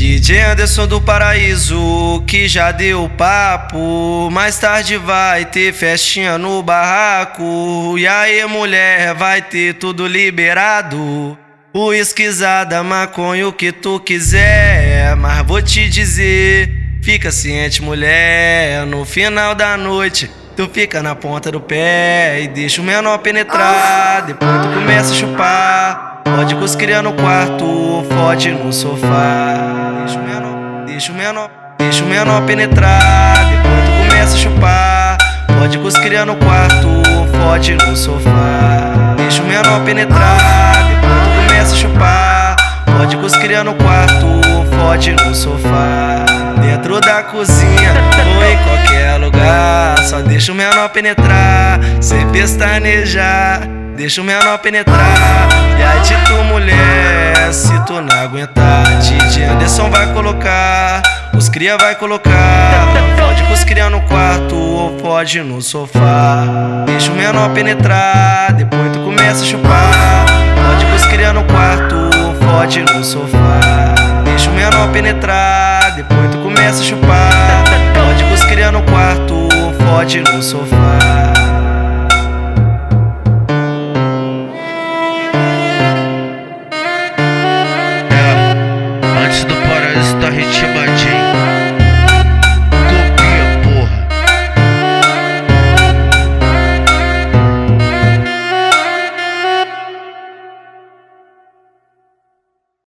DJ Anderson do Paraíso, que já deu papo. Mais tarde vai ter festinha no barraco. E aí, mulher, vai ter tudo liberado. O esquisada, maconha, o que tu quiser. Mas vou te dizer, fica ciente, mulher. No final da noite, tu fica na ponta do pé e deixa o menor penetrar. Depois tu começa a chupar. Pode cuscriar no quarto, fode no sofá. Deixa o menor penetrar. Depois tu começa a chupar. Pode cuscriar no quarto, fode no sofá. Deixa o menor penetrar. Depois tu começa a chupar. Pode cuscriar no quarto, fode no sofá. Dentro da cozinha ou em qualquer lugar, só deixa o menor penetrar, sem pestanejar. Deixa o menor penetrar. E aí de tu, mulher, se tu não aguentar, DJ Anderson vai colocar, os cria vai colocar. Pode com os cria no quarto ou pode no sofá. Deixa o menor penetrar, depois tu começa a chupar. Pode com os cria no quarto ou pode no sofá. Deixa o menor penetrar, depois tu começa a chupar. Pode com os cria no quarto ou pode no sofá.